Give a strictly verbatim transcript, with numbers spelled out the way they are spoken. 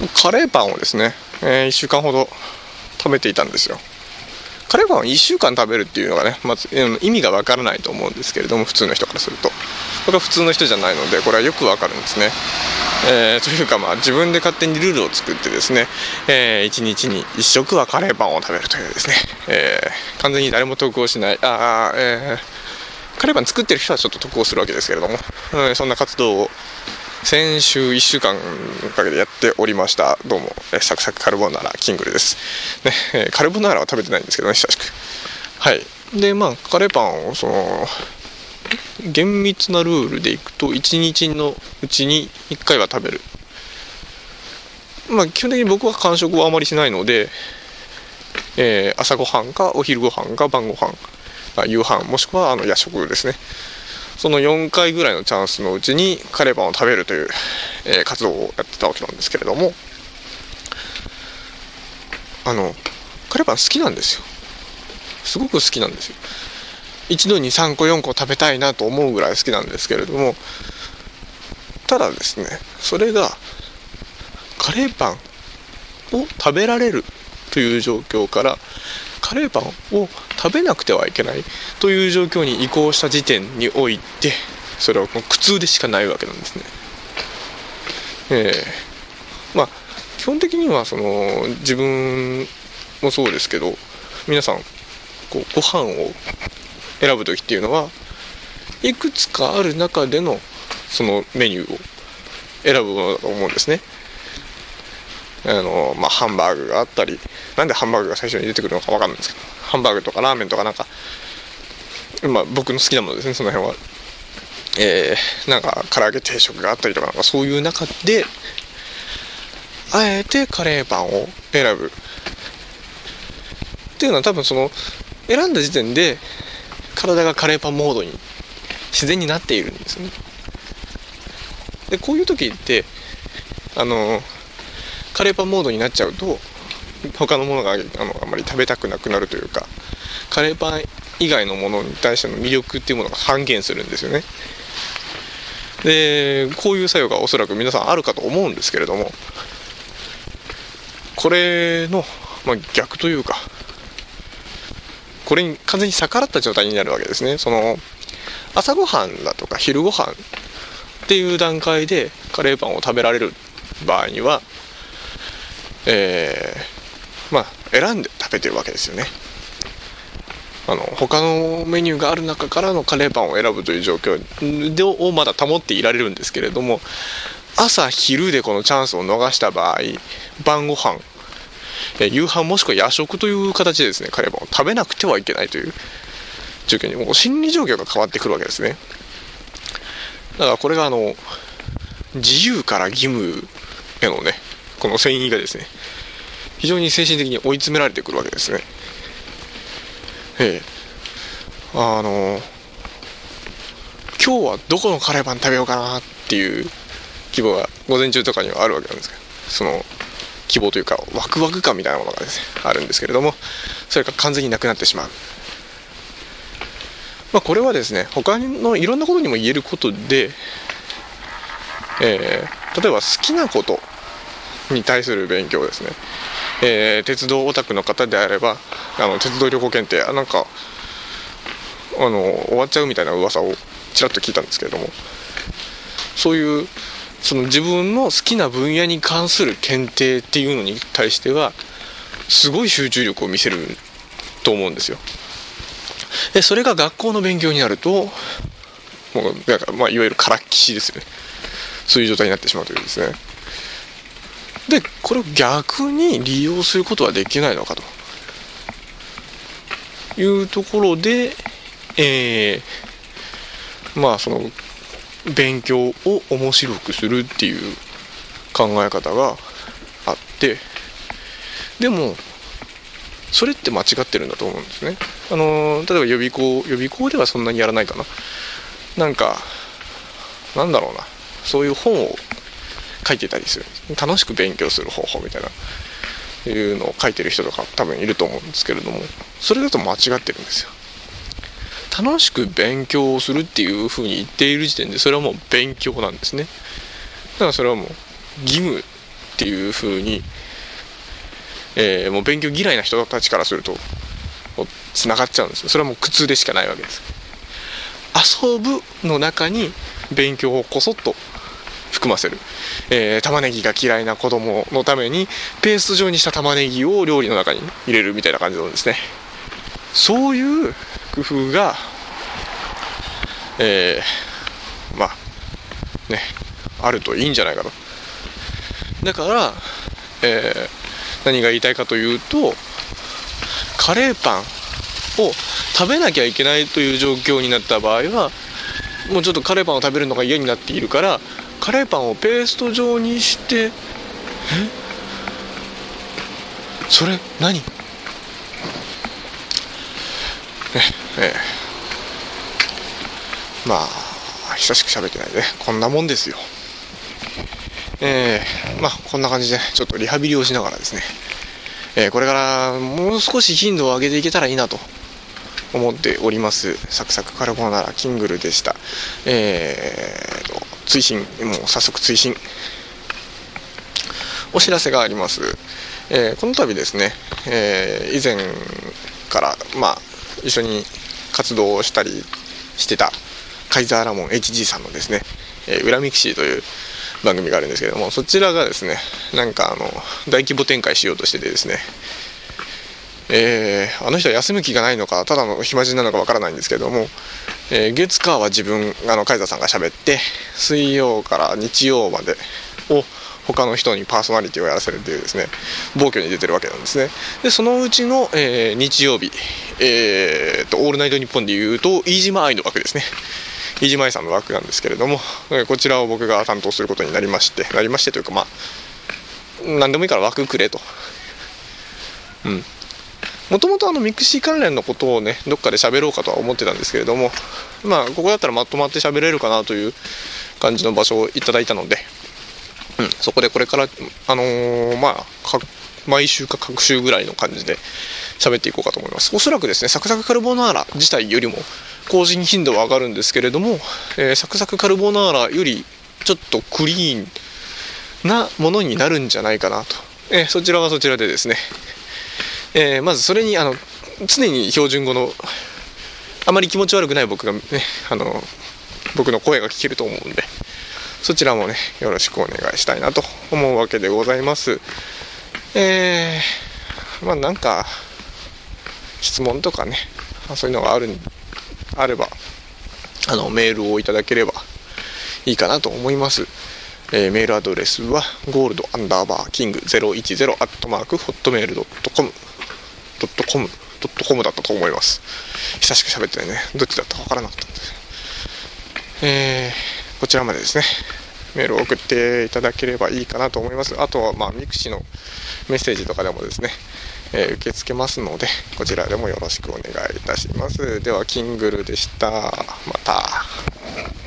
カレーパンをですね、えー、いっしゅうかんほど食べていたんですよ。カレーパンをいっしゅうかん食べるっていうのがね、まず意味がわからないと思うんですけれども、普通の人からすると僕は普通の人じゃないのでこれはよくわかるんですね。えー、というかまあ自分で勝手にルールを作ってですね、えー、いちにちにいっしょくはカレーパンを食べるというですね、えー、完全に誰も得をしない、あ、えー、カレーパン作ってる人はちょっと得をするわけですけれども、うん、そんな活動を先週いっしゅうかんかけてやっておりました。どうも、えサクサクカルボナーラキングルです、ねえー、カルボナーラは食べてないんですけどね、久しく。はいでまあカレーパンをその厳密なルールでいくといちにちのうちにいっかいは食べる。まあ基本的に僕は間食はあまりしないので、えー、朝ごはんかお昼ごはんか晩ごはん、あ夕飯もしくはあの夜食ですね。そのよんかいぐらいのチャンスのうちにカレーパンを食べるという、えー、活動をやってたわけなんですけれども、あのカレーパン好きなんですよ。すごく好きなんですよ。一度にさんこよんこ食べたいなと思うぐらい好きなんですけれども、ただですね、それがカレーパンを食べられるという状況からカレーパンを食べなくてはいけないという状況に移行した時点において、それはもう苦痛でしかないわけなんですね。えー、まあ基本的にはその自分もそうですけど、皆さんこうご飯を選ぶ時っていうのはいくつかある中でのそのメニューを選ぶものだと思うんですね。あのまあハンバーグがあったり、なんでハンバーグが最初に出てくるのか分かんないんですけど、ハンバーグとかラーメンとかなんか、まあ僕の好きなものですね、その辺は。えー、なんか唐揚げ定食があったりとか、なんかそういう中であえてカレーパンを選ぶっていうのは、多分その選んだ時点で体がカレーパンモードに自然になっているんですよね。でこういう時ってあのカレーパンモードになっちゃうと他のものが あのあんまり食べたくなくなるというか、カレーパン以外のものに対しての魅力っていうものが半減するんですよね。でこういう作用がおそらく皆さんあるかと思うんですけれども、これの、まあ、逆というか、これに完全に逆らった状態になるわけですね。その朝ごはんだとか昼ごはんっていう段階でカレーパンを食べられる場合には、えー、まあ選んで食べてるわけですよね。あの他のメニューがある中からのカレーパンを選ぶという状況をまだ保っていられるんですけれども、朝昼でこのチャンスを逃した場合、晩ご飯、夕飯もしくは夜食という形でですね、カレーパンを食べなくてはいけないという状況に、もう心理状況が変わってくるわけですね。だからこれがあの自由から義務へのね、この遷移がですね、非常に精神的に追い詰められてくるわけですね。ええ、あの今日はどこのカレーパン食べようかなっていう希望が午前中とかにはあるわけなんですけど、その希望というかワクワク感みたいなものがですねあるんですけれども、それが完全になくなってしまう。まあこれはですね、他のいろんなことにも言えることで、えー、例えば好きなことに対する勉強ですね。えー、鉄道オタクの方であれば、あの鉄道旅行検定なんかあの終わっちゃうみたいな噂をちらっと聞いたんですけれども、そういうその自分の好きな分野に関する検定っていうのに対してはすごい集中力を見せると思うんですよ。でそれが学校の勉強になるともうなんか、まあ、いわゆるからっきしですよね。そういう状態になってしまうというですね。でこれを逆に利用することはできないのかというところで、えー、まあその勉強を面白くするっていう考え方があって、でもそれって間違ってるんだと思うんですね。あの例えば予備校予備校ではそんなにやらないかな。なんかなんだろうな、そういう本を書いてたりする、楽しく勉強する方法みたいないうのを書いてる人とか多分いると思うんですけれども、それだと間違ってるんですよ。楽しく勉強をするっていう風に言っている時点でそれはもう勉強なんですね。だからそれはもう義務っっていう風に、えー、もう勉強嫌いな人たちからするとつながっちゃうんですよ。それはもう苦痛でしかないわけです。遊ぶの中に勉強をこそっと含ませる、えー、玉ねぎが嫌いな子供のためにペースト状にした玉ねぎを料理の中に入れるみたいな感じなんですね。そういう工夫が、えー、まあねあるといいんじゃないかと。だから、えー、何が言いたいかというと、カレーパンを食べなきゃいけないという状況になった場合は、もうちょっとカレーパンを食べるのが嫌になっているから、カレーパンをペースト状にして、えそれ何ねえー、まあ久しく喋ってないね、こんなもんですよ。えー、まあこんな感じでちょっとリハビリをしながらですね、えー、これからもう少し頻度を上げていけたらいいなと思っております。サクサクカルボナーラキングルでした。えーと追伸、もう早速追伸お知らせがあります。えー、この度ですね、えー、以前からまあ一緒に活動をしたりしてたカイザーラモン エイチジー さんのですね、えー、裏ミクシーという番組があるんですけれども、そちらがですねなんかあの大規模展開しようとしててですね、えー、あの人は休む気がないのかただの暇人なのかわからないんですけれども、えー、月火は自分あのカイザーさんが喋って、水曜から日曜までを他の人にパーソナリティをやらせるというですね暴挙に出てるわけなんですね。でそのうちの、えー、日曜日、えー、とオールナイトニッポンでいうと飯島愛の枠ですね、飯島愛さんの枠なんですけれども、こちらを僕が担当することになりましてなりましてというか、まあ何でもいいから枠くれと。うんもともとあのミクシー関連のことをねどっかで喋ろうかとは思ってたんですけれども、まあここだったらまとまって喋れるかなという感じの場所をいただいたので、うん、そこでこれからあのー、まあ毎週か各週ぐらいの感じで喋っていこうかと思います。おそらくですねサクサクカルボナーラ自体よりも更新頻度は上がるんですけれども、えー、サクサクカルボナーラよりちょっとクリーンなものになるんじゃないかなと、えー、そちらはそちらでですね、えー、まずそれにあの常に標準語のあまり気持ち悪くない僕がねあの僕の声が聞けると思うんで、そちらもねよろしくお願いしたいなと思うわけでございます。えー、まあなんか質問とかねそういうのがあるあればあのメールをいただければいいかなと思います。えー、メールアドレスはゴールドアンダーバーキングゼロいちゼロアットマークホットメールドットコムドットコムドットコムだったと思います。久しく喋ってないね、どっちだったか分からなかったんで、えー、こちらまでですねメールを送っていただければいいかなと思います。あとはまあミクシーのメッセージとかでもですね、えー、受け付けますのでこちらでもよろしくお願いいたします。ではキングルでした。また。